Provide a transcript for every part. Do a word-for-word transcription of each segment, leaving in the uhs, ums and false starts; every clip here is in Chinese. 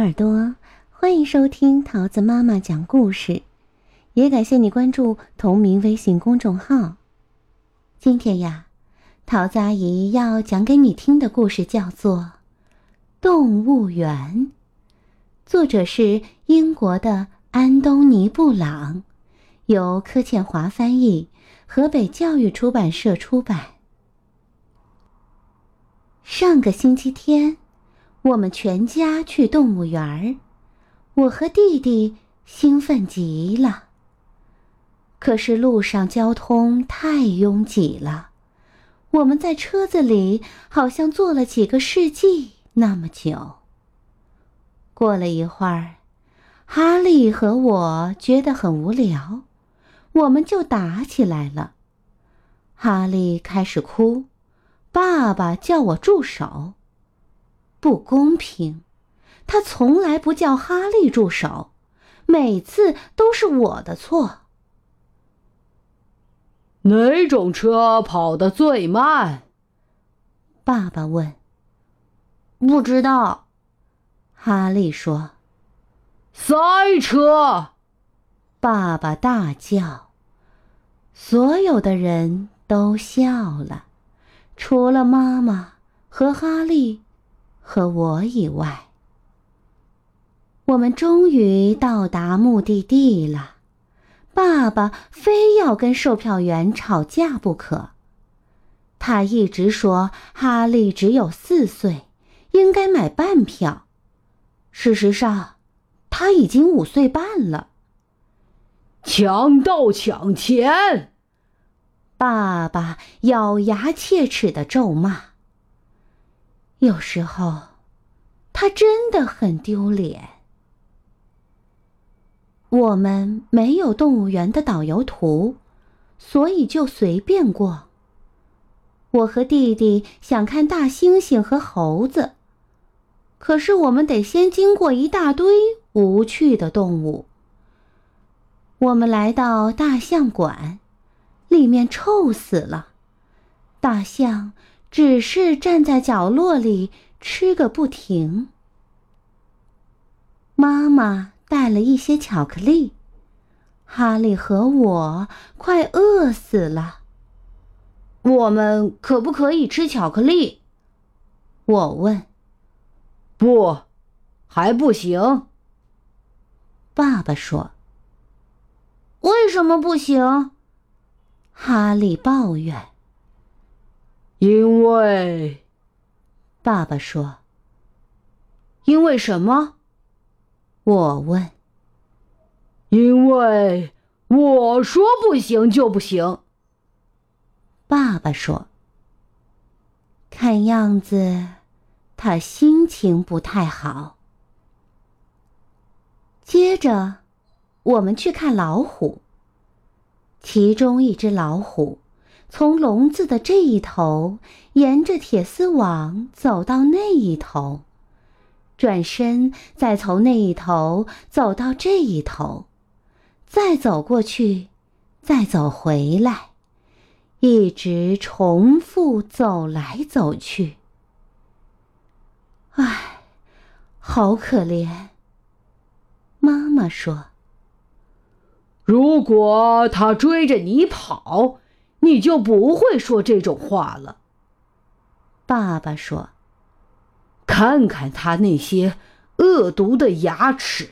耳朵，欢迎收听桃子妈妈讲故事，也感谢你关注同名微信公众号。今天呀，桃子阿姨要讲给你听的故事叫做《动物园》，作者是英国的安东尼·布朗，由柯倩华翻译，河北教育出版社出版。上个星期天，我们全家去动物园，我和弟弟兴奋极了。可是路上交通太拥挤了，我们在车子里好像坐了几个世纪那么久。过了一会儿，哈利和我觉得很无聊，我们就打起来了。哈利开始哭，爸爸叫我住手。不公平，他从来不叫哈利住手，每次都是我的错。 哪种车跑得最慢？ 爸爸问。不知道，哈利说。 赛车！ 爸爸大叫。所有的人都笑了，除了妈妈和哈利和我以外。我们终于到达目的地了，爸爸非要跟售票员吵架不可。他一直说哈利只有四岁，应该买半票。事实上，他已经五岁半了。 强盗抢钱！ 爸爸咬牙切齿地咒骂。有时候，他真的很丢脸。我们没有动物园的导游图，所以就随便逛。我和弟弟想看大猩猩和猴子，可是我们得先经过一大堆无趣的动物。我们来到大象馆，里面臭死了，大象只是站在角落里吃个不停。妈妈带了一些巧克力，哈利和我快饿死了。我们可不可以吃巧克力？我问。 不，还不行。 爸爸说。为什么不行？哈利抱怨。 因为…… 爸爸说。因为什么？我问。 因为我说不行就不行。 爸爸说。看样子，他心情不太好。接着，我们去看老虎。其中一只老虎从笼子的这一头，沿着铁丝网走到那一头，转身再从那一头走到这一头，再走过去，再走回来，一直重复走来走去。唉，好可怜。妈妈说。 如果他追着你跑，你就不会说这种话了。 爸爸说。 看看他那些恶毒的牙齿。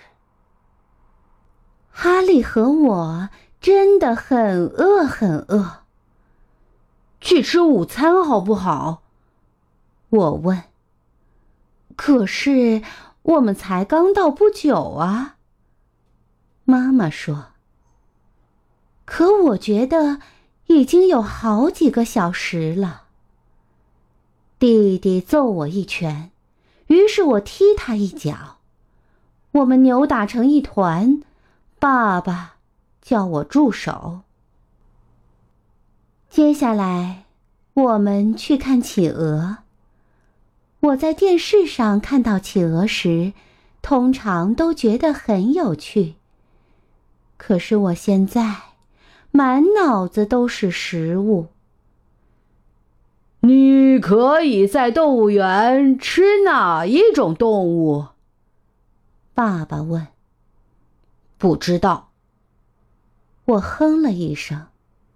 哈利和我真的很饿很饿。去吃午餐好不好？我问。可是我们才刚到不久啊。妈妈说。可我觉得已经有好几个小时了。弟弟揍我一拳，于是我踢他一脚。我们扭打成一团，爸爸叫我住手。接下来，我们去看企鹅。我在电视上看到企鹅时，通常都觉得很有趣。可是我现在满脑子都是食物。 你可以在动物园吃哪一种动物？ 爸爸问。 不知道。 我哼了一声。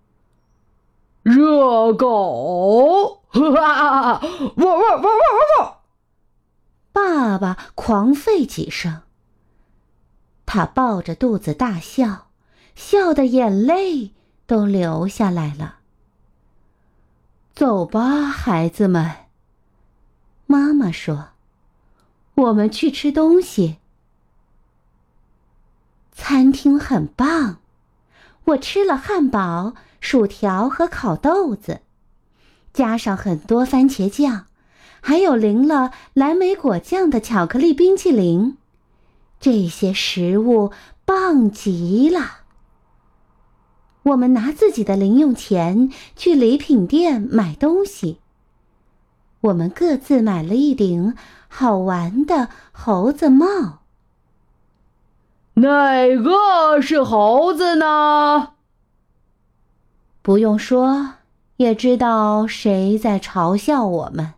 热狗，哈哈，汪汪汪汪汪！ 爸爸狂吠几声。他抱着肚子大笑，笑得眼泪都流下来了。走吧，孩子们，妈妈说，我们去吃东西。餐厅很棒，我吃了汉堡、薯条和烤豆子，加上很多番茄酱，还有淋了蓝莓果酱的巧克力冰淇淋。这些食物棒极了。我们拿自己的零用钱去礼品店买东西。我们各自买了一顶好玩的猴子帽。 哪个是猴子呢？ 不用说，也知道谁在嘲笑我们。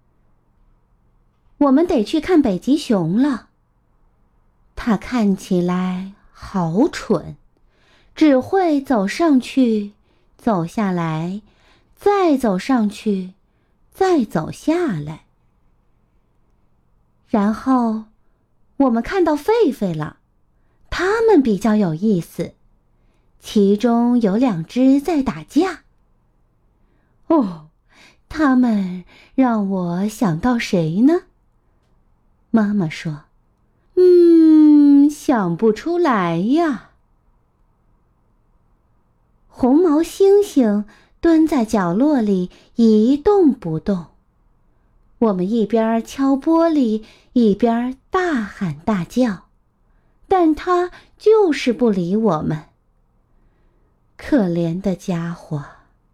我们得去看北极熊了。它看起来好蠢，只会走上去，走下来，再走上去，再走下来。然后我们看到狒狒了，它们比较有意思，其中有两只在打架。哦，它们让我想到谁呢？妈妈说，嗯，想不出来呀。红毛猩猩蹲在角落里一动不动。我们一边敲玻璃，一边大喊大叫，但他就是不理我们。可怜的家伙。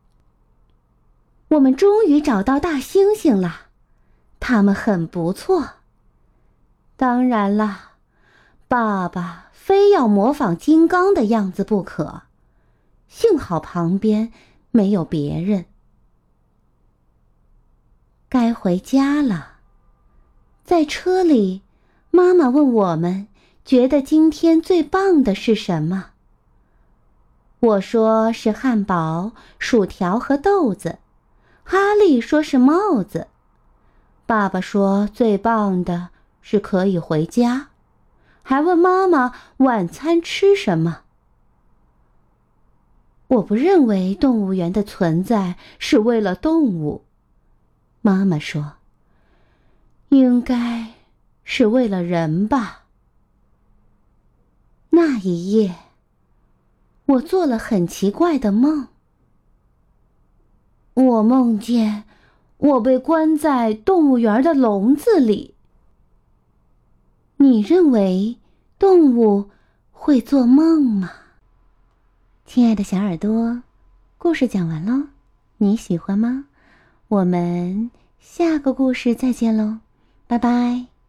我们终于找到大猩猩了，他们很不错。当然了，爸爸非要模仿金刚的样子不可，幸好旁边没有别人。该回家了。在车里，妈妈问我们觉得今天最棒的是什么。我说是汉堡、薯条和豆子，哈利说是帽子。爸爸说最棒的是可以回家，还问妈妈晚餐吃什么。我不认为动物园的存在是为了动物，妈妈说，应该是为了人吧。那一夜，我做了很奇怪的梦。我梦见我被关在动物园的笼子里。你认为动物会做梦吗？亲爱的小耳朵，故事讲完喽，你喜欢吗？我们下个故事再见喽，拜拜。